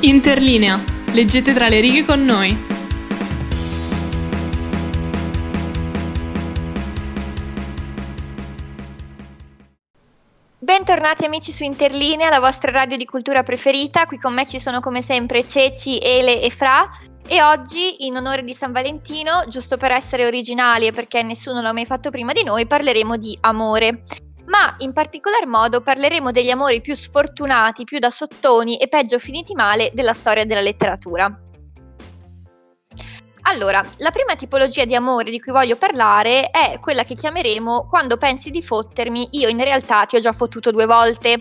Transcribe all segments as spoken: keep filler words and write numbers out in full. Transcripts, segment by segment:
Interlinea. Leggete tra le righe con noi. Bentornati amici su Interlinea, la vostra radio di cultura preferita. Qui con me ci sono come sempre Ceci, Ele e Fra. E oggi, in onore di San Valentino, giusto per essere originali e perché nessuno l'ha mai fatto prima di noi, parleremo di amore. Ma in particolar modo parleremo degli amori più sfortunati, più da sottoni e peggio finiti male della storia della letteratura. Allora, la prima tipologia di amore di cui voglio parlare è quella che chiameremo quando pensi di fottermi, io in realtà ti ho già fottuto due volte.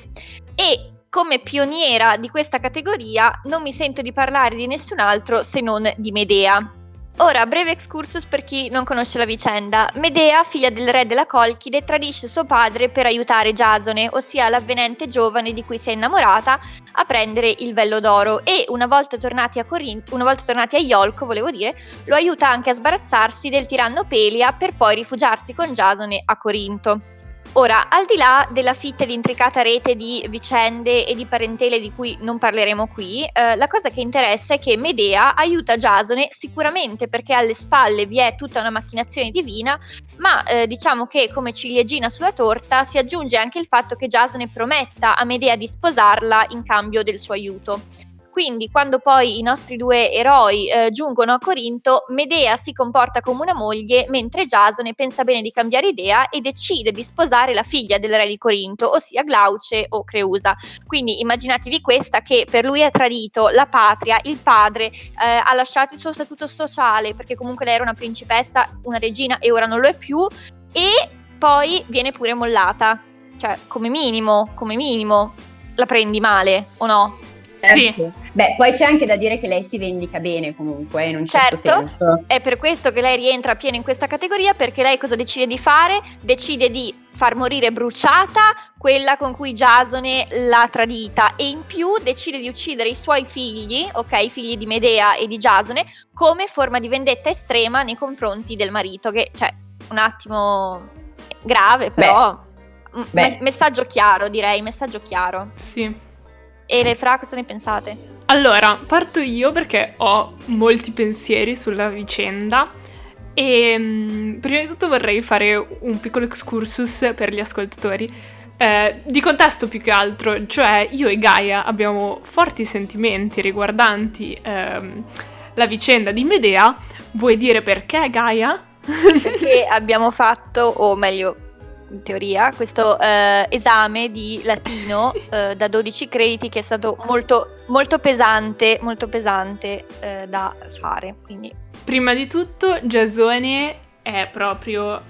E come pioniera di questa categoria non mi sento di parlare di nessun altro se non di Medea. Ora, breve excursus per chi non conosce la vicenda. Medea, figlia del re della Colchide, tradisce suo padre per aiutare Giasone, ossia l'avvenente giovane di cui si è innamorata, a prendere il vello d'oro e una volta tornati a Corinto, una volta tornati a Iolco, volevo dire, lo aiuta anche a sbarazzarsi del tiranno Pelia per poi rifugiarsi con Giasone a Corinto. Ora, al di là della fitta ed intricata rete di vicende e di parentele di cui non parleremo qui, eh, la cosa che interessa è che Medea aiuta Giasone sicuramente perché alle spalle vi è tutta una macchinazione divina, ma eh, diciamo che come ciliegina sulla torta si aggiunge anche il fatto che Giasone prometta a Medea di sposarla in cambio del suo aiuto. Quindi quando poi i nostri due eroi eh, giungono a Corinto, Medea si comporta come una moglie, mentre Giasone pensa bene di cambiare idea e decide di sposare la figlia del re di Corinto, ossia Glauce o Creusa. Quindi immaginatevi questa che per lui ha tradito la patria, il padre, eh, ha lasciato il suo statuto sociale, perché comunque lei era una principessa, una regina e ora non lo è più, e poi viene pure mollata. Cioè, come minimo, come minimo, la prendi male, o no? Sì. Beh, poi c'è anche da dire che lei si vendica bene comunque, in un certo, certo senso. È per questo che lei rientra pieno in questa categoria, perché lei cosa decide di fare? Decide di far morire bruciata quella con cui Giasone l'ha tradita e in più decide di uccidere i suoi figli, ok, i figli di Medea e di Giasone, come forma di vendetta estrema nei confronti del marito, che cioè un attimo grave, però Beh. Me- messaggio chiaro, direi, messaggio chiaro. Sì. E le Fra, cosa ne pensate? Allora, parto io perché ho molti pensieri sulla vicenda e mh, prima di tutto vorrei fare un piccolo excursus per gli ascoltatori, eh, di contesto più che altro, cioè io e Gaia abbiamo forti sentimenti riguardanti ehm, la vicenda di Medea. Vuoi dire perché, Gaia? Perché abbiamo fatto, o meglio, in teoria, questo eh, esame di latino eh, da dodici crediti che è stato molto, molto pesante, molto pesante eh, da fare. Quindi. Prima di tutto, Giasone è proprio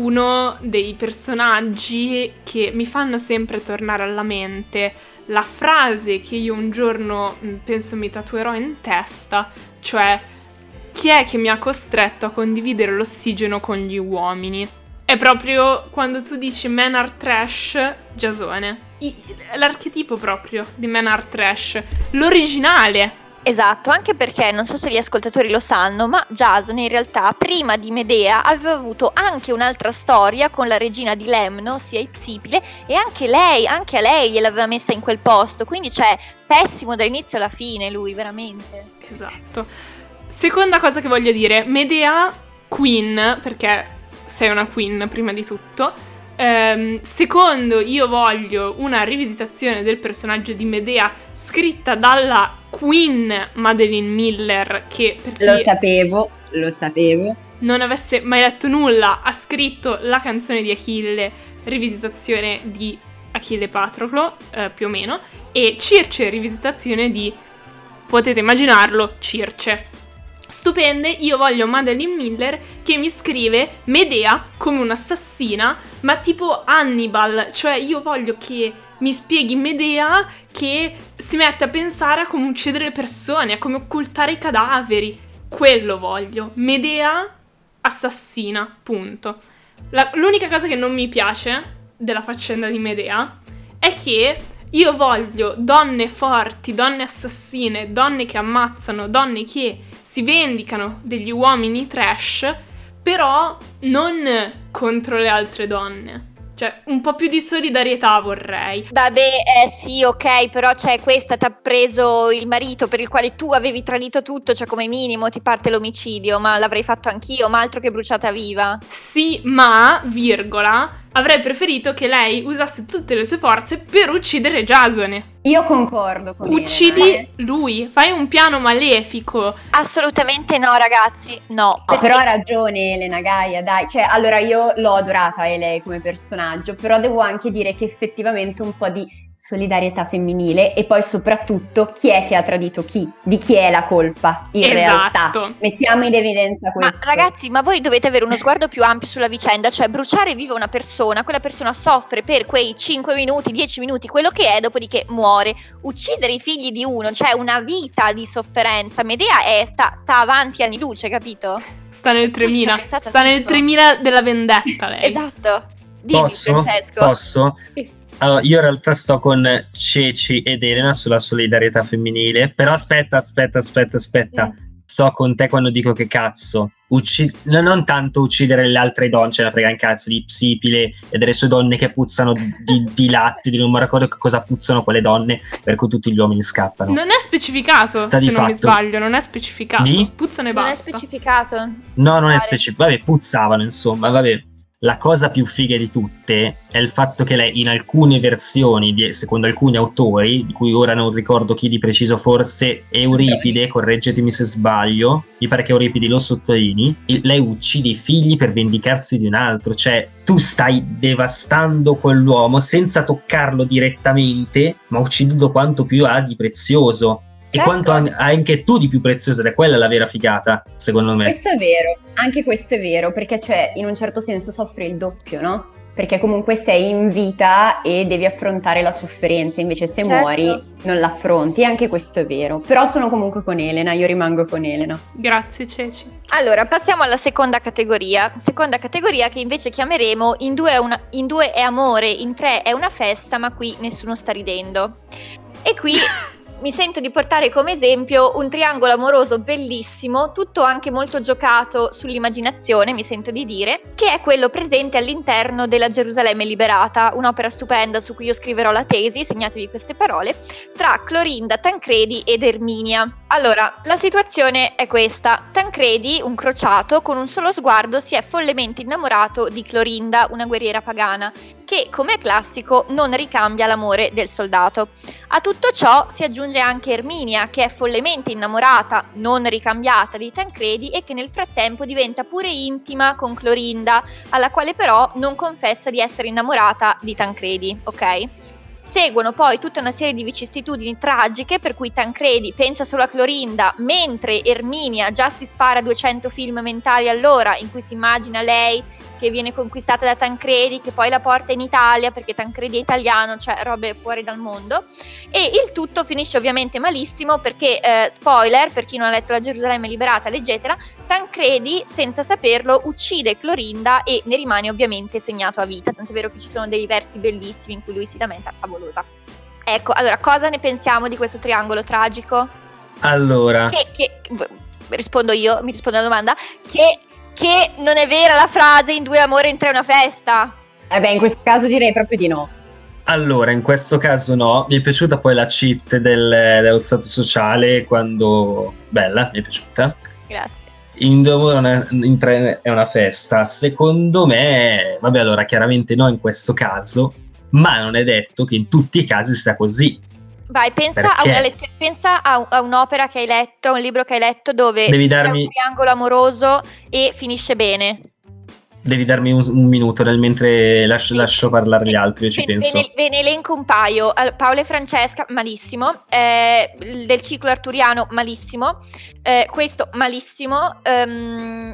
uno dei personaggi che mi fanno sempre tornare alla mente la frase che io un giorno penso mi tatuerò in testa, cioè chi è che mi ha costretto a condividere l'ossigeno con gli uomini? È proprio quando tu dici man are trash, Giasone. I, l'archetipo proprio di man are trash. L'originale. Esatto, anche perché, non so se gli ascoltatori lo sanno, ma Giasone in realtà, prima di Medea, aveva avuto anche un'altra storia con la regina di Lemno, ossia Ipsipile, e anche lei, anche a lei gliel'aveva messa in quel posto. Quindi c'è pessimo dall'inizio alla fine lui, veramente. Esatto. Seconda cosa che voglio dire, Medea queen, perché sei una queen prima di tutto. Ehm, secondo, io voglio una rivisitazione del personaggio di Medea scritta dalla Queen Madeline Miller, che per chi lo sapevo, lo sapevo. non avesse mai letto nulla, ha scritto la canzone di Achille, rivisitazione di Achille Patroclo, eh, più o meno, e Circe, rivisitazione di, potete immaginarlo, Circe. Stupende, io voglio Madeline Miller che mi scrive Medea come un'assassina, ma tipo Hannibal, cioè io voglio che mi spieghi Medea che si mette a pensare a come uccidere le persone, a come occultare i cadaveri, quello voglio, Medea assassina, punto. La, l'unica cosa che non mi piace della faccenda di Medea è che io voglio donne forti, donne assassine, donne che ammazzano, donne che si vendicano degli uomini trash, però non contro le altre donne. Cioè, un po' più di solidarietà vorrei. Vabbè, eh sì, ok, però c'è questa, t'ha preso il marito per il quale tu avevi tradito tutto, cioè come minimo ti parte l'omicidio, ma l'avrei fatto anch'io, ma altro che bruciata viva. Sì, ma, virgola, avrei preferito che lei usasse tutte le sue forze per uccidere Jasone. Io concordo con Uccidi Elena, eh. lui, fai un piano malefico. Assolutamente no, ragazzi, no. No, però ha ragione Elena, Gaia, dai. Cioè, allora io l'ho adorata eh, lei come personaggio, però devo anche dire che effettivamente un po' di solidarietà femminile e poi soprattutto chi è che ha tradito chi? Di chi è la colpa in Esatto. realtà? Mettiamo in evidenza Ma questo. ragazzi, ma voi dovete avere uno sguardo più ampio sulla vicenda, cioè bruciare viva una persona, quella persona soffre per quei cinque minuti, dieci minuti, quello che è, dopodiché muore. Uccidere i figli di uno, cioè una vita di sofferenza. Medea è, sta, sta avanti anni luce, capito? Sta nel tremila, Ci ho pensato sta nel tutto. tremila della vendetta lei. Esatto. Dimmi, Posso? Francesco. Posso? Allora, io in realtà sto con Ceci ed Elena sulla solidarietà femminile, però aspetta, aspetta, aspetta, aspetta. Mm. Sto con te quando dico che cazzo, ucci- no, non tanto uccidere le altre donne, ce la frega in cazzo di Psipile e delle sue donne che puzzano di, di, di latte, di non mi ricordo che cosa puzzano quelle donne, per cui tutti gli uomini scappano. Non è specificato, Sta se di non mi fatto. sbaglio, non è specificato. Di? Puzzano e Non è basta. specificato. No, non è Vale. specifico. Vabbè, puzzavano, insomma, vabbè. La cosa più figa di tutte è il fatto che lei in alcune versioni, di- secondo alcuni autori, di cui ora non ricordo chi di preciso, forse Euripide, correggetemi se sbaglio, mi pare che Euripide lo sottolinei, il- lei uccide i figli per vendicarsi di un altro, cioè tu stai devastando quell'uomo senza toccarlo direttamente, ma uccidendo quanto più ha di prezioso. E Certo. quanto an- hai anche tu di più prezioso, ed è quella la vera figata, secondo me. Questo è vero, anche questo è vero, perché cioè in un certo senso soffri il doppio, no? Perché comunque sei in vita e devi affrontare la sofferenza, invece se Certo. muori non l'affronti, anche questo è vero. Però sono comunque con Elena, io rimango con Elena. Grazie, Ceci. Allora, passiamo alla seconda categoria. Seconda categoria che invece chiameremo in due, è una- in due è amore, in tre è una festa, ma qui nessuno sta ridendo. E qui mi sento di portare come esempio un triangolo amoroso bellissimo, tutto anche molto giocato sull'immaginazione, mi sento di dire, che è quello presente all'interno della Gerusalemme liberata, un'opera stupenda su cui io scriverò la tesi, segnatevi queste parole, tra Clorinda, Tancredi ed Erminia. Allora, la situazione è questa. Tancredi, un crociato, con un solo sguardo si è follemente innamorato di Clorinda, una guerriera pagana, che, come è classico, non ricambia l'amore del soldato. A tutto ciò si aggiunge anche Erminia, che è follemente innamorata, non ricambiata, di Tancredi e che nel frattempo diventa pure intima con Clorinda, alla quale però non confessa di essere innamorata di Tancredi, ok? Seguono poi tutta una serie di vicissitudini tragiche per cui Tancredi pensa solo a Clorinda, mentre Erminia già si spara duecento film mentali all'ora in cui si immagina lei che viene conquistata da Tancredi, che poi la porta in Italia perché Tancredi è italiano, cioè robe fuori dal mondo. E il tutto finisce ovviamente malissimo perché, eh, spoiler, per chi non ha letto La Gerusalemme liberata, leggetela, Tancredi, senza saperlo, uccide Clorinda e ne rimane ovviamente segnato a vita, tant'è vero che ci sono dei versi bellissimi in cui lui si lamenta, favolosa. Ecco, allora, cosa ne pensiamo di questo triangolo tragico? Allora, Che, che v- rispondo io, mi rispondo alla domanda, che, che non è vera la frase in due amore in tre è una festa. Eh beh, in questo caso direi proprio di no. allora, in questo caso no, mi è piaciuta poi la cheat del- dello stato sociale quando... Bella, mi è piaciuta. Grazie. In due amore una- in tre è una festa. Secondo me, vabbè, allora chiaramente no in questo caso, ma non è detto che in tutti i casi sia così. Vai, pensa a, Perché? una letter- pensa a, a un'opera che hai letto, a un libro che hai letto dove Devi c'è darmi- un triangolo amoroso e finisce bene. Devi darmi un, un minuto nel mentre lascio, Sì. lascio parlare gli altri, io ci Ve, penso. ve ne, ve ne elenco un paio. Allora, Paolo e Francesca, malissimo. Eh, il del ciclo arturiano, malissimo. Eh, questo, malissimo. Ehm,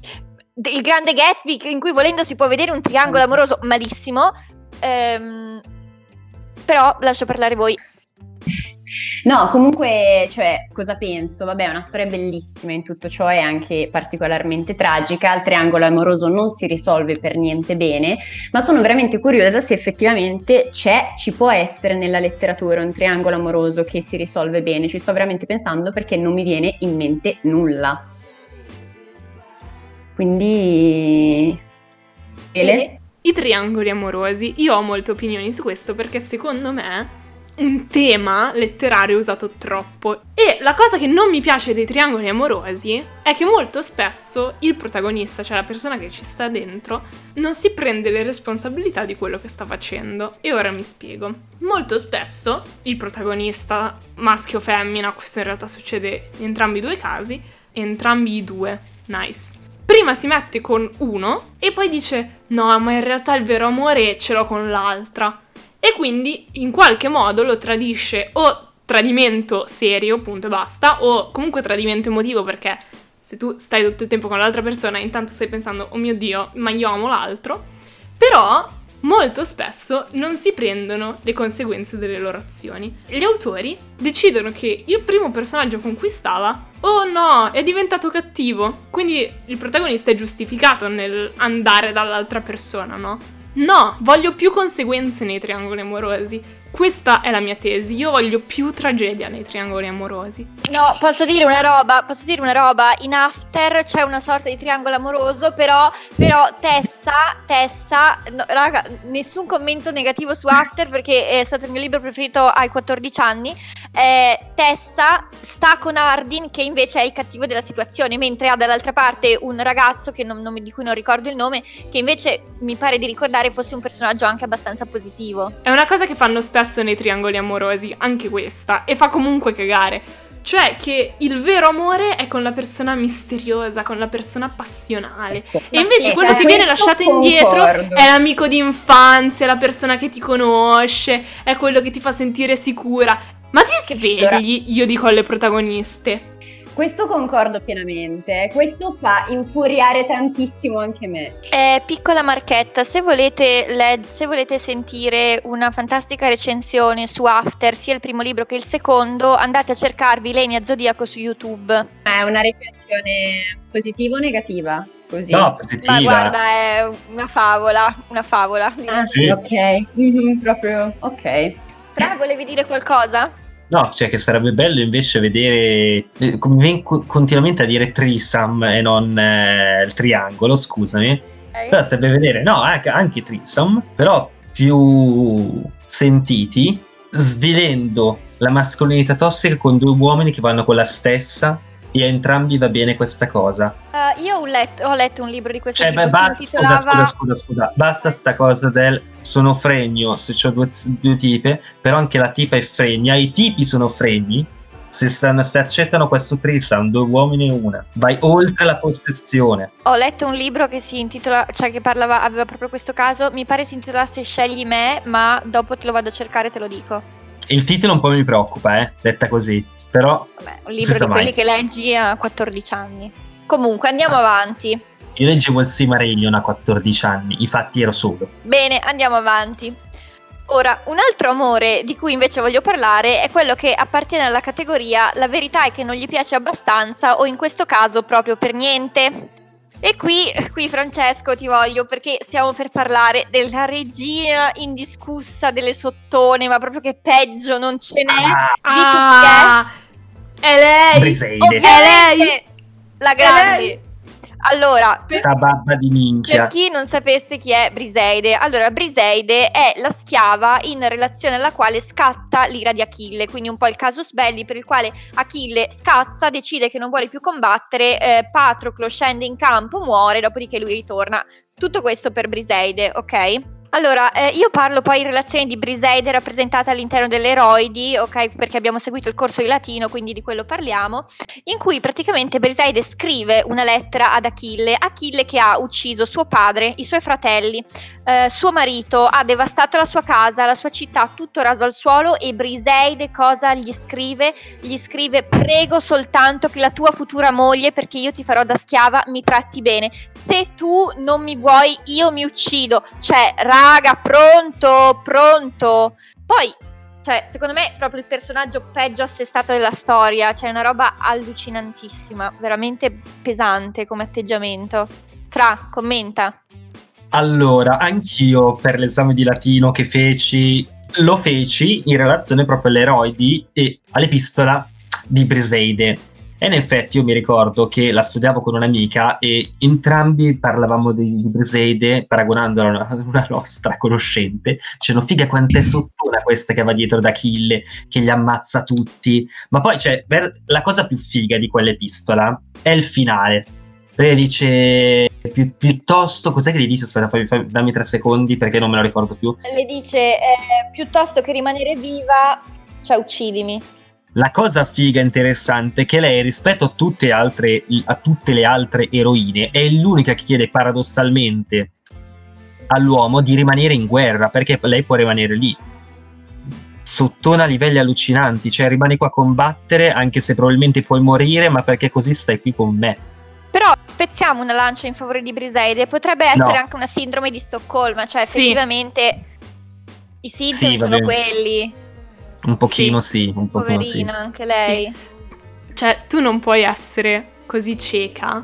d- il grande Gatsby, in cui volendo si può vedere un triangolo amoroso, malissimo. Ehm, però lascio parlare voi. No, comunque, cioè, cosa penso? Vabbè, è una storia bellissima in tutto ciò, è anche particolarmente tragica. Il triangolo amoroso non si risolve per niente bene, ma sono veramente curiosa se effettivamente c'è, ci può essere nella letteratura un triangolo amoroso che si risolve bene. Ci sto veramente pensando perché non mi viene in mente nulla. Quindi... Ele? I triangoli amorosi. Io ho molte opinioni su questo perché secondo me un tema letterario usato troppo. E la cosa che non mi piace dei triangoli amorosi è che molto spesso il protagonista, cioè la persona che ci sta dentro, non si prende le responsabilità di quello che sta facendo. E ora mi spiego. Molto spesso il protagonista, maschio o femmina, questo in realtà succede in entrambi i due casi, entrambi i due, nice. Prima si mette con uno e poi dice no, ma in realtà il vero amore ce l'ho con l'altra. E quindi in qualche modo lo tradisce, o tradimento serio, punto e basta, o comunque tradimento emotivo, perché se tu stai tutto il tempo con l'altra persona intanto stai pensando oh mio Dio, ma io amo l'altro. Però molto spesso non si prendono le conseguenze delle loro azioni. Gli autori decidono che il primo personaggio con cui stava, oh no, è diventato cattivo, quindi il protagonista è giustificato nel andare dall'altra persona, no? No, voglio più conseguenze nei triangoli amorosi. Questa è la mia tesi, io voglio più tragedia nei triangoli amorosi. No, posso dire una roba, posso dire una roba, in After c'è una sorta di triangolo amoroso, però, però Tessa, Tessa, no, raga, nessun commento negativo su After perché è stato il mio libro preferito ai quattordici anni, eh, Tessa sta con Hardin che invece è il cattivo della situazione, mentre ha dall'altra parte un ragazzo che non, non, di cui non ricordo il nome, che invece mi pare di ricordare fosse un personaggio anche abbastanza positivo. È una cosa che fanno spesso nei triangoli amorosi, anche questa, e fa comunque cagare, cioè che il vero amore è con la persona misteriosa, con la persona passionale, Ma e invece sì, quello cioè, che viene questo lasciato indietro concordo. è l'amico d'infanzia, la persona che ti conosce, è quello che ti fa sentire sicura. Ma ti Che svegli, io dico alle protagoniste. Questo concordo pienamente, questo fa infuriare tantissimo anche me. Eh, piccola marchetta, se volete, le- se volete sentire una fantastica recensione su After, sia il primo libro che il secondo, andate a cercarvi Lenia Zodiaco su YouTube. È una recensione positiva o negativa? Così. No, positiva. Ma guarda, è una favola, una favola. Ah, Sì. ok, Mhm, proprio ok. Fra, volevi dire qualcosa? No, cioè che sarebbe bello invece vedere, eh, come viene co- continuamente a dire threesome e non eh, il triangolo, scusami, Eh? però sarebbe vedere, no, anche, anche threesome, però più sentiti, svilendo la mascolinità tossica con due uomini che vanno con la stessa e a entrambi va bene questa cosa. Uh, io ho letto, ho letto un libro di questo Cioè, tipo, beh, si ba- intitolava... scusa, scusa, scusa, scusa, basta sta cosa del sono fregno se c'ho due, due tipe, però anche la tipa è fregna, i tipi sono fregni, se, stanno, se accettano questo threesome, due uomini e una, vai oltre la possessione. Ho letto un libro che si intitola, cioè che parlava, aveva proprio questo caso, mi pare si intitolasse Scegli me, ma dopo te lo vado a cercare e te lo dico. Il titolo un po' mi preoccupa, eh, detta così, però Vabbè, un si libro sa di quelli mai. che leggi a quattordici anni. Comunque, andiamo avanti. Io leggevo il Silmarillion a quattordici anni, infatti ero solo. Bene, andiamo avanti. Ora, un altro amore di cui invece voglio parlare è quello che appartiene alla categoria la verità è che non gli piace abbastanza o in questo caso proprio per niente. E qui, qui Francesco ti voglio perché stiamo per parlare della regina indiscussa delle sottone, ma proprio che peggio non ce n'è Ah, di tutti, eh. Ah, è lei! Briseide, Ovviamente la È grande. lei. Allora, per, sta babba di minchia. per chi non sapesse chi è Briseide, allora Briseide è la schiava in relazione alla quale scatta l'ira di Achille, quindi un po' il casus belli per il quale Achille scazza, decide che non vuole più combattere, eh, Patroclo scende in campo, muore, dopodiché lui ritorna. Tutto questo per Briseide, ok? Allora, eh, io parlo poi in relazione di Briseide rappresentata all'interno delle Eroidi, ok? Perché abbiamo seguito il corso di latino, quindi di quello parliamo, in cui praticamente Briseide scrive una lettera ad Achille, Achille che ha ucciso suo padre, i suoi fratelli, eh, suo marito, ha devastato la sua casa, la sua città, tutto raso al suolo e Briseide cosa gli scrive? Gli scrive prego soltanto che la tua futura moglie, perché io ti farò da schiava, mi tratti bene. Se tu non mi vuoi, io mi uccido. Cioè, raga, pronto, pronto. Poi, cioè, secondo me è proprio il personaggio peggio assestato della storia. Cioè, è una roba allucinantissima, veramente pesante come atteggiamento. Fra, commenta. Allora, anch'io per l'esame di latino che feci, lo feci in relazione proprio alle Eroidi e all'epistola di Briseide. E in effetti io mi ricordo che la studiavo con un'amica e entrambi parlavamo di, di Briseide paragonandola a una, una nostra conoscente, dicendo figa quanto è sottona questa che va dietro da Achille, che li ammazza tutti. Ma poi cioè, ver- la cosa più figa di quell'epistola è il finale, perché dice pi- piuttosto, cos'è che gli dice? Aspetta, fai, fai, dammi tre secondi perché non me lo ricordo più. Le dice eh, piuttosto che rimanere viva, cioè uccidimi. La cosa figa interessante è che lei rispetto a tutte, altre, a tutte le altre eroine è l'unica che chiede paradossalmente all'uomo di rimanere in guerra, perché lei può rimanere lì. Sottona a livelli allucinanti, cioè rimani qua a combattere anche se probabilmente puoi morire, ma perché così stai qui con me. Però spezziamo una lancia in favore di Briseide, potrebbe essere No. anche una sindrome di Stoccolma, cioè Sì. effettivamente i sintomi Sì, sono vabbè. quelli. Un pochino sì, sì un pochino sì. Poverina, anche lei. Cioè, tu non puoi essere così cieca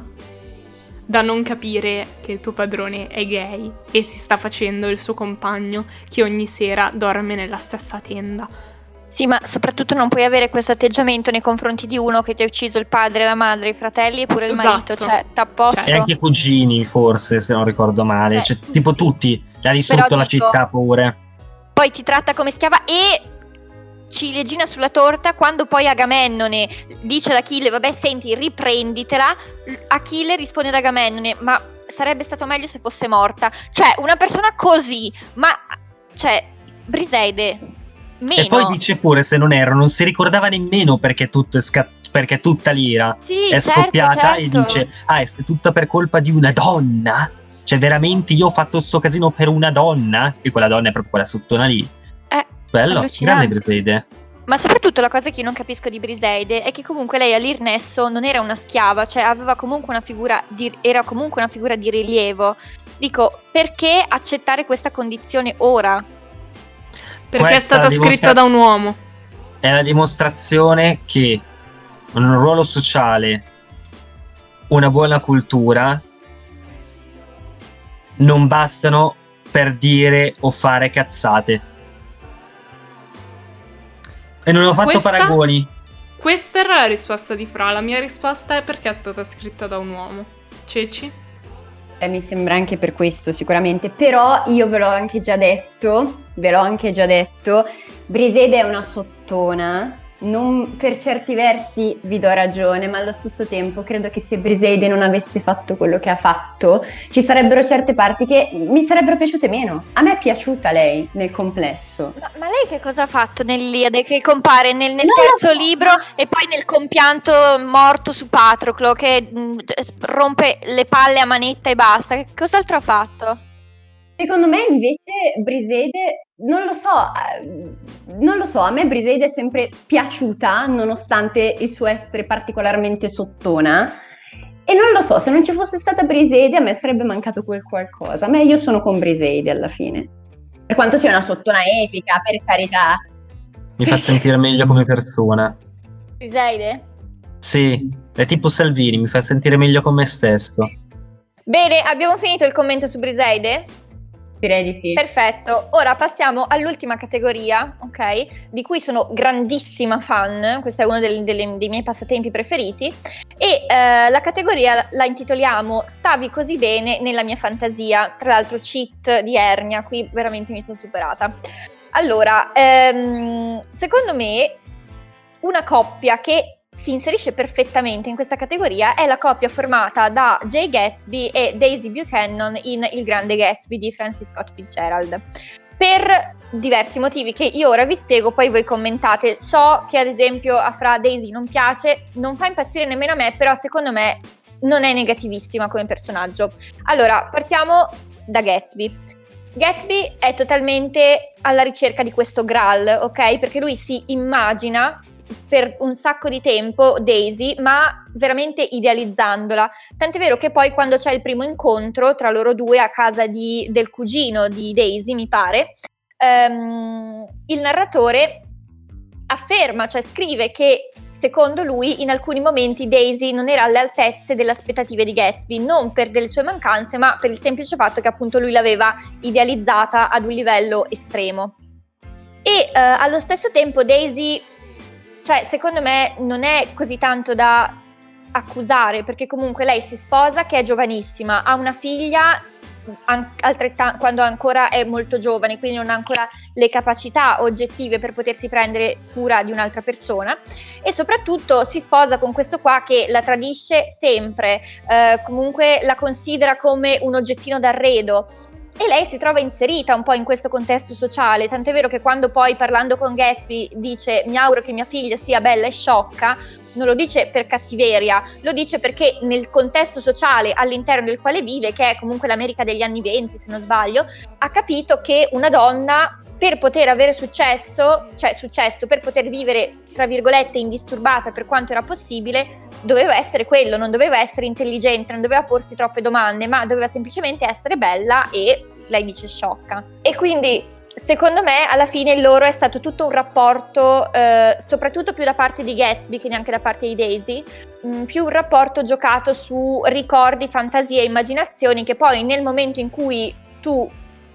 da non capire che il tuo padrone è gay e si sta facendo il suo compagno che ogni sera dorme nella stessa tenda. Sì, ma soprattutto non puoi avere questo atteggiamento nei confronti di uno che ti ha ucciso il padre, la madre, i fratelli e pure il Esatto. marito, cioè t'apposto. E anche i cugini, forse, se non ricordo male. Eh, cioè, tutti. tipo tutti. La di Però sotto la dico- città pure. Poi ti tratta come schiava e ciliegina sulla torta quando poi Agamennone dice ad Achille vabbè senti riprenditela, Achille risponde ad Agamennone ma sarebbe stato meglio se fosse morta, cioè una persona così, ma cioè Briseide meno. E poi dice pure, se non erro, non si ricordava nemmeno perché tutto è scat- perché tutta l'ira sì, è certo, scoppiata e certo. dice ah è tutta per colpa di una donna, cioè veramente io ho fatto sto casino per una donna, e quella donna è proprio quella sottona lì. Eh, Bello, allucinante. grande Briseide. Ma soprattutto la cosa che io non capisco di Briseide è che comunque lei all'Irnesto non era una schiava, cioè aveva comunque una figura di, era comunque una figura di rilievo. Dico, perché accettare questa condizione ora? Perché Questa è stata dimostra- scritta da un uomo. È la dimostrazione che un ruolo sociale, una buona cultura non bastano per dire o fare cazzate. E non ho fatto Questa- paragoni. Questa era la risposta di Fra. La mia risposta è perché è stata scritta da un uomo. Ceci? Eh, mi sembra anche per questo sicuramente, però io ve l'ho anche già detto, ve l'ho anche già detto, Briseide è una sottona, non, per certi versi vi do ragione, ma allo stesso tempo credo che se Briseide non avesse fatto quello che ha fatto, ci sarebbero certe parti che mi sarebbero piaciute meno. A me è piaciuta lei nel complesso. Ma, ma lei che cosa ha fatto nell'Iliade che compare nel, nel Non lo terzo so. libro e poi nel compianto morto su Patroclo che mh, rompe le palle a manetta e basta? Che cos'altro ha fatto? Secondo me invece Briseide, non lo so, eh, non lo so, a me Briseide è sempre piaciuta nonostante il suo essere particolarmente sottona e non lo so, se non ci fosse stata Briseide a me sarebbe mancato quel qualcosa, ma io sono con Briseide alla fine, per quanto sia una sottona epica, per carità. Mi fa sentire meglio come persona. Briseide? Sì, è tipo Salvini, mi fa sentire meglio con me stesso. Bene, abbiamo finito il commento su Briseide? Direi di sì. Perfetto, ora passiamo all'ultima categoria, ok? Di cui sono grandissima fan, questo è uno delle- delle- dei miei passatempi preferiti e eh, la categoria la intitoliamo Stavi così bene nella mia fantasia, tra l'altro cheat di Ernia, qui veramente mi sono superata. Allora, ehm, secondo me una coppia che si inserisce perfettamente in questa categoria è la coppia formata da Jay Gatsby e Daisy Buchanan in Il Grande Gatsby di Francis Scott Fitzgerald. Per diversi motivi che io ora vi spiego, poi voi commentate. So che ad esempio a Fra Daisy non piace, non fa impazzire nemmeno a me, però secondo me non è negativissima come personaggio. Allora, partiamo da Gatsby. Gatsby è totalmente alla ricerca di questo Graal, ok? Perché lui si immagina per un sacco di tempo Daisy, ma veramente idealizzandola. Tant'è vero che poi quando c'è il primo incontro tra loro due a casa di, del cugino di Daisy, mi pare, ehm, il narratore afferma, cioè scrive che secondo lui in alcuni momenti Daisy non era alle altezze delle aspettative di Gatsby, non per delle sue mancanze, ma per il semplice fatto che appunto lui l'aveva idealizzata ad un livello estremo. E eh, allo stesso tempo Daisy, cioè secondo me non è così tanto da accusare, perché comunque lei si sposa che è giovanissima, ha una figlia an- altrettanto quando ancora è molto giovane, quindi non ha ancora le capacità oggettive per potersi prendere cura di un'altra persona, e soprattutto si sposa con questo qua che la tradisce sempre, eh, comunque la considera come un oggettino d'arredo. E lei si trova inserita un po' in questo contesto sociale, tant'è vero che quando poi parlando con Gatsby dice mi auguro che mia figlia sia bella e sciocca, non lo dice per cattiveria, lo dice perché nel contesto sociale all'interno del quale vive, che è comunque l'America degli anni venti se non sbaglio, ha capito che una donna per poter avere successo, cioè successo, per poter vivere tra virgolette indisturbata per quanto era possibile, doveva essere quello, non doveva essere intelligente, non doveva porsi troppe domande, ma doveva semplicemente essere bella e lei dice sciocca. E quindi secondo me alla fine il loro è stato tutto un rapporto, eh, soprattutto più da parte di Gatsby che neanche da parte di Daisy, mh, più un rapporto giocato su ricordi, fantasie e immaginazioni che poi nel momento in cui tu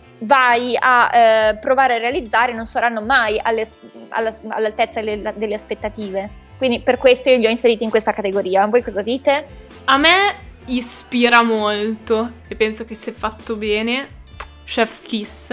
vai a eh, provare a realizzare non saranno mai alle, alla, all'altezza delle, delle aspettative. Quindi per questo io li ho inseriti in questa categoria. Voi cosa dite? A me ispira molto, e penso che sia fatto bene, Chef's Kiss,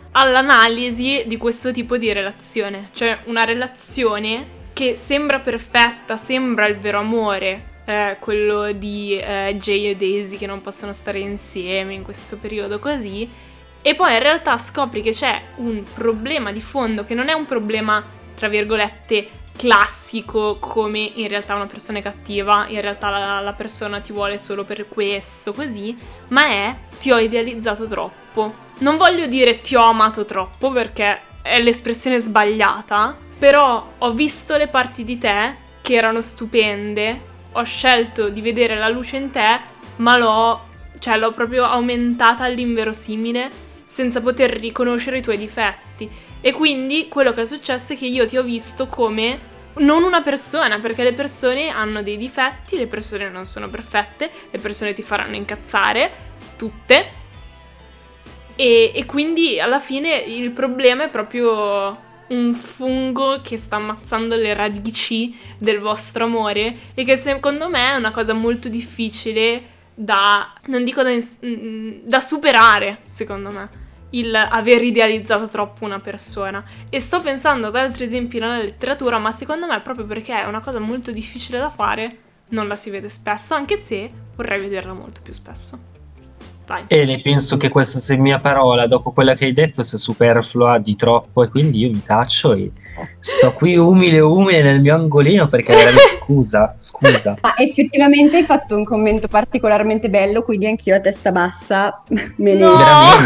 all'analisi di questo tipo di relazione. Cioè una relazione che sembra perfetta, sembra il vero amore, eh, quello di eh, Jay e Daisy che non possono stare insieme in questo periodo così, e poi in realtà scopri che c'è un problema di fondo, che non è un problema, tra virgolette, classico, come in realtà una persona è cattiva, in realtà la, la persona ti vuole solo per questo, così, ma è ti ho idealizzato troppo. Non voglio dire ti ho amato troppo perché è l'espressione sbagliata, però ho visto le parti di te che erano stupende, ho scelto di vedere la luce in te, ma l'ho, cioè l'ho proprio aumentata all'inverosimile senza poter riconoscere i tuoi difetti. E quindi quello che è successo è che io ti ho visto come non una persona, perché le persone hanno dei difetti, le persone non sono perfette, le persone ti faranno incazzare, tutte, e, e quindi alla fine il problema è proprio un fungo che sta ammazzando le radici del vostro amore, e che secondo me è una cosa molto difficile da, non dico da, da superare, secondo me, il aver idealizzato troppo una persona. E sto pensando ad altri esempi nella letteratura, ma secondo me proprio perché è una cosa molto difficile da fare non la si vede spesso, anche se vorrei vederla molto più spesso. Vai. Ele, penso che questa sia mia parola, dopo quella che hai detto, sia superflua di troppo, e quindi io mi taccio e sto qui umile umile nel mio angolino perché veramente scusa, scusa. Ma effettivamente hai fatto un commento particolarmente bello, quindi anch'io a testa bassa me ne... No!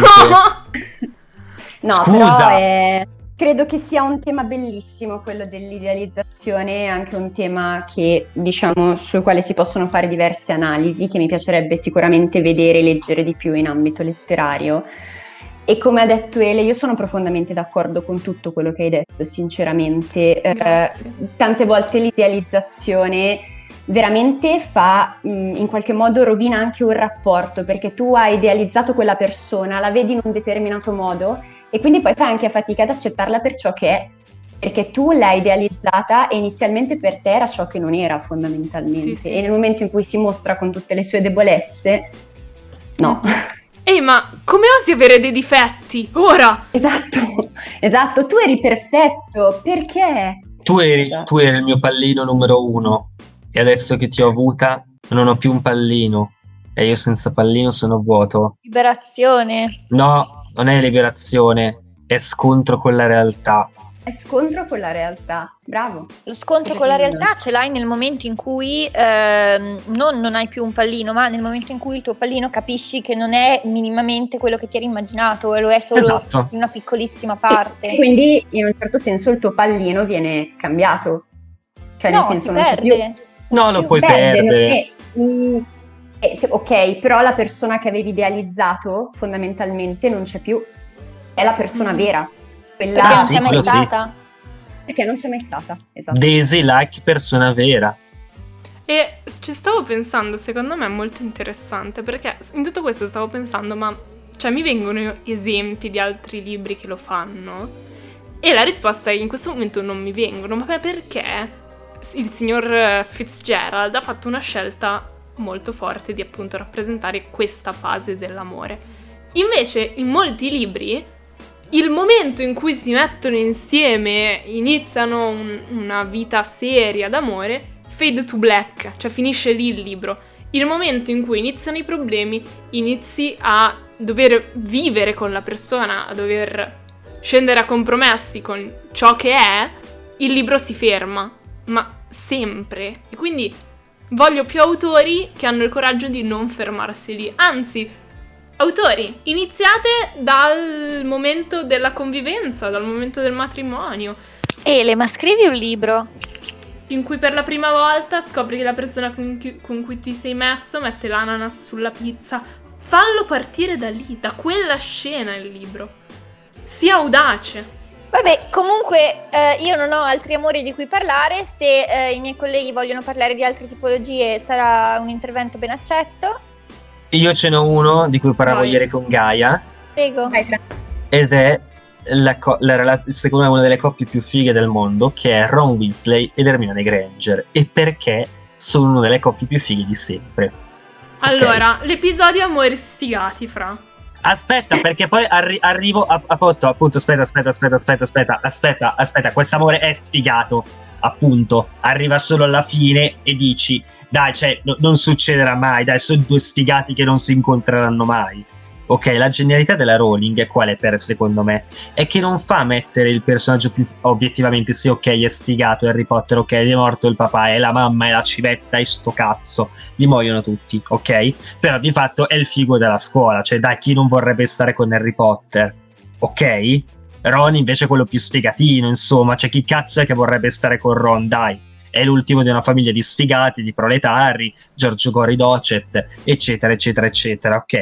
Veramente? No, Scusa. però è... credo che sia un tema bellissimo quello dell'idealizzazione, anche un tema che, diciamo, sul quale si possono fare diverse analisi, che mi piacerebbe sicuramente vedere e leggere di più in ambito letterario. E come ha detto Ele, io sono profondamente d'accordo con tutto quello che hai detto, sinceramente. Eh, tante volte l'idealizzazione veramente fa, mh, in qualche modo rovina anche un rapporto, perché tu hai idealizzato quella persona, la vedi in un determinato modo, e quindi poi fai anche fatica ad accettarla per ciò che è, perché tu l'hai idealizzata e inizialmente per te era ciò che non era fondamentalmente. Sì, sì. E nel momento in cui si mostra con tutte le sue debolezze, no. Ehi, ma come osi avere dei difetti? Ora! Esatto, esatto, tu eri perfetto, perché? Tu eri, tu eri il mio pallino numero uno, e adesso che ti ho avuta non ho più un pallino, e io senza pallino sono vuoto. Liberazione. No, non è liberazione, è scontro con la realtà. È scontro con la realtà, bravo. Lo scontro con la realtà ce l'hai nel momento in cui ehm, non, non hai più un pallino, ma nel momento in cui il tuo pallino capisci che non è minimamente quello che ti eri immaginato e lo è solo Esatto. in una piccolissima parte. E quindi in un certo senso il tuo pallino viene cambiato. Cioè no, nel senso si non c'è più... perde. No, lo più puoi perde, non perdere. è- mm, eh, se- ok, però la persona che avevi idealizzato fondamentalmente non c'è più. È la persona Mm. vera. Quella... Perché Ah, non sì, c'è mai quello sì. stata. Perché non c'è mai stata, esatto. Daisy like persona vera. E ci stavo pensando, secondo me è molto interessante, perché in tutto questo stavo pensando, ma cioè mi vengono esempi di altri libri che lo fanno? E la risposta è in questo momento non mi vengono, ma perché il signor Fitzgerald ha fatto una scelta molto forte di appunto rappresentare questa fase dell'amore. Invece in molti libri il momento in cui si mettono insieme, iniziano un, una vita seria d'amore, fade to black, cioè finisce lì il libro. Il momento in cui iniziano i problemi, inizi a dover vivere con la persona, a dover scendere a compromessi con ciò che è, il libro si ferma, ma sempre. E quindi voglio più autori che hanno il coraggio di non fermarsi lì. Anzi, autori, iniziate dal momento della convivenza, dal momento del matrimonio. Ele, ma scrivi un libro in cui per la prima volta scopri che la persona con cui, con cui ti sei messo mette l'ananas sulla pizza. Fallo partire da lì, da quella scena il libro. Sii audace. Vabbè, comunque eh, io non ho altri amori di cui parlare. Se eh, i miei colleghi vogliono parlare di altre tipologie sarà un intervento ben accetto. Io ce n'ho uno di cui parlavo Vai. ieri con Gaia. Prego. Ed è la co- la rela- secondo me una delle coppie più fighe del mondo, che è Ron Weasley ed Hermione Granger. E perché sono una delle coppie più fighe di sempre. Allora, Okay. l'episodio amori sfigati, fra. Aspetta, perché poi arri- arrivo a, appunto, appunto, aspetta, aspetta, aspetta, aspetta, aspetta, aspetta, aspetta, quest'amore è sfigato, appunto, arriva solo alla fine e dici, dai, cioè, no- non succederà mai, dai, sono due sfigati che non si incontreranno mai. Ok, la genialità della Rowling è quale per secondo me? È che non fa mettere il personaggio più obiettivamente, sì, ok, è sfigato Harry Potter, ok, gli è morto il papà, è la mamma, è la civetta, è sto cazzo, gli muoiono tutti, ok? Però di fatto è il figo della scuola, cioè dai, chi non vorrebbe stare con Harry Potter, ok? Ron invece è quello più sfigatino, insomma, cioè chi cazzo è che vorrebbe stare con Ron, dai? È l'ultimo di una famiglia di sfigati, di proletari, Giorgio Gori Docet, eccetera, eccetera, eccetera, ok?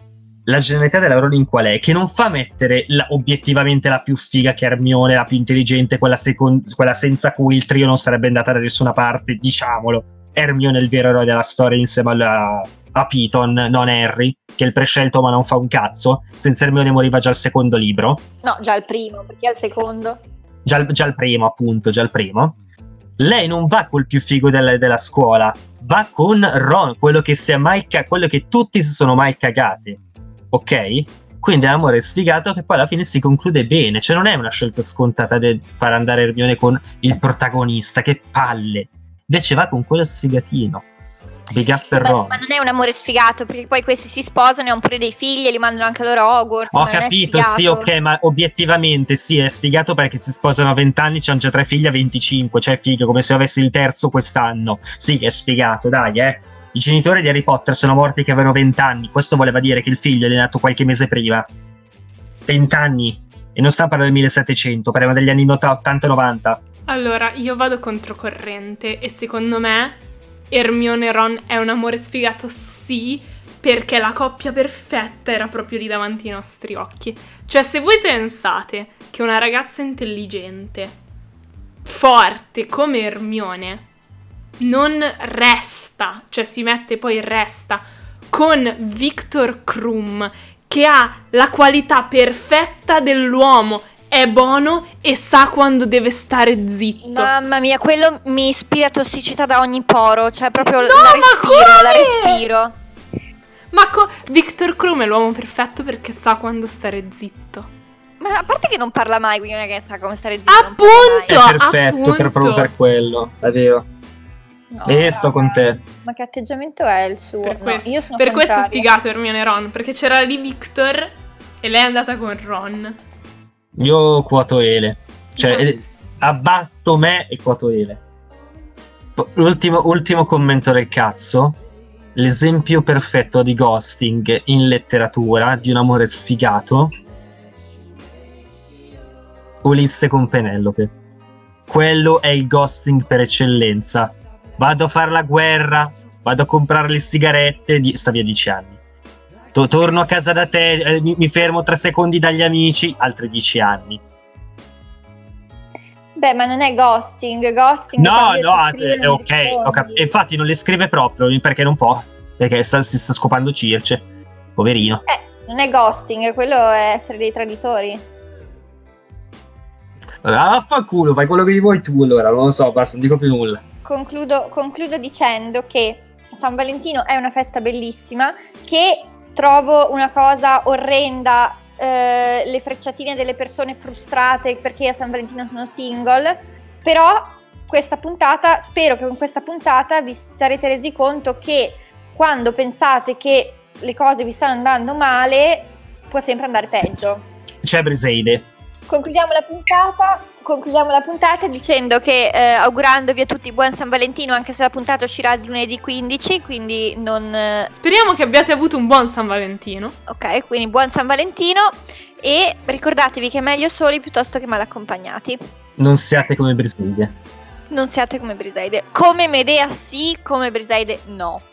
La genialità della Rowling qual è? Che non fa mettere la, obiettivamente la più figa che Hermione, la più intelligente, quella, second- quella senza cui il trio non sarebbe andato da nessuna parte, diciamolo. Hermione è il vero eroe della storia insieme alla, a Piton, non Harry, che è il prescelto ma non fa un cazzo. Senza Hermione moriva già il secondo libro. No, già il primo, perché è il secondo. Già il, già il primo, appunto, già il primo. Lei non va col più figo della, della scuola, va con Ron, quello che si è mai ca- quello che tutti si sono mai cagati. Ok? Quindi è un amore sfigato che poi alla fine si conclude bene. Cioè non è una scelta scontata di far andare Hermione con il protagonista, che palle. Invece va con quello sfigatino. Big up per Ma, Ron. ma non è un amore sfigato, perché poi questi si sposano e hanno pure dei figli e li mandano anche loro a Hogwarts. Ho non è capito, sfigato. sì, ok, ma obiettivamente sì, è sfigato perché si sposano a venti anni, c'hanno già tre figli a venticinque, cioè figo, come se avessi il terzo quest'anno. Sì, è sfigato, dai, eh. I genitori di Harry Potter sono morti che avevano venti anni. Questo voleva dire che il figlio è nato qualche mese prima. venti anni. E non stiamo parlando del millesettecento, parliamo degli anni ottanta novanta. Allora, io vado controcorrente e secondo me Hermione e Ron è un amore sfigato, sì, perché la coppia perfetta era proprio lì davanti ai nostri occhi. Cioè, se voi pensate che una ragazza intelligente, forte come Hermione non resta, cioè si mette poi resta con Viktor Krum, che ha la qualità perfetta dell'uomo, è buono e sa quando deve stare zitto. Mamma mia, quello mi ispira tossicità da ogni poro, cioè proprio No, la ma respiro, la come? respiro. Ma co- Viktor Krum è l'uomo perfetto perché sa quando stare zitto. Ma a parte che non parla mai, quindi non è che sa come stare zitto. non parla Appunto! mai. È perfetto appunto. per, proprio per quello, è vero. No, E sto raga, con te. Ma che atteggiamento è il suo? Per No, questo, io sono per questo è contraria. sfigato Hermione e Ron, perché c'era lì Victor e lei è andata con Ron. Io quoto Ele. Cioè, No. eh, abbatto me e quoto Ele. Po- L'ultimo ultimo commento del cazzo. L'esempio perfetto di ghosting in letteratura di un amore sfigato. Ulisse con Penelope. Quello è il ghosting per eccellenza. Vado a fare la guerra, vado a comprare le sigarette, di- sta via dieci anni. To- torno a casa da te, eh, mi-, mi fermo tre secondi dagli amici, altri dieci anni. Beh, ma non è ghosting, ghosting No, quando io no, ti scrivo e è non mi ok. Ho rispondi. cap- e infatti non le scrive proprio perché non può. Perché sta- si sta scopando Circe. Poverino. Eh, non è ghosting, quello è essere dei traditori. Ah, vaffanculo, fai quello che vuoi tu allora, non lo so, basta, non dico più nulla. Concludo, concludo dicendo che San Valentino è una festa bellissima, che trovo una cosa orrenda eh, le frecciatine delle persone frustrate perché a San Valentino sono single, però questa puntata, spero che con questa puntata vi sarete resi conto che quando pensate che le cose vi stanno andando male, può sempre andare peggio. C'è Briseide. Concludiamo la puntata, concludiamo la puntata dicendo che eh, augurandovi a tutti buon San Valentino, anche se la puntata uscirà lunedì quindici, quindi non... Eh... Speriamo che abbiate avuto un buon San Valentino. Ok, quindi buon San Valentino e ricordatevi che è meglio soli piuttosto che mal accompagnati. Non siate come Briseide. Non siate come Briseide. Come Medea sì, come Briseide no.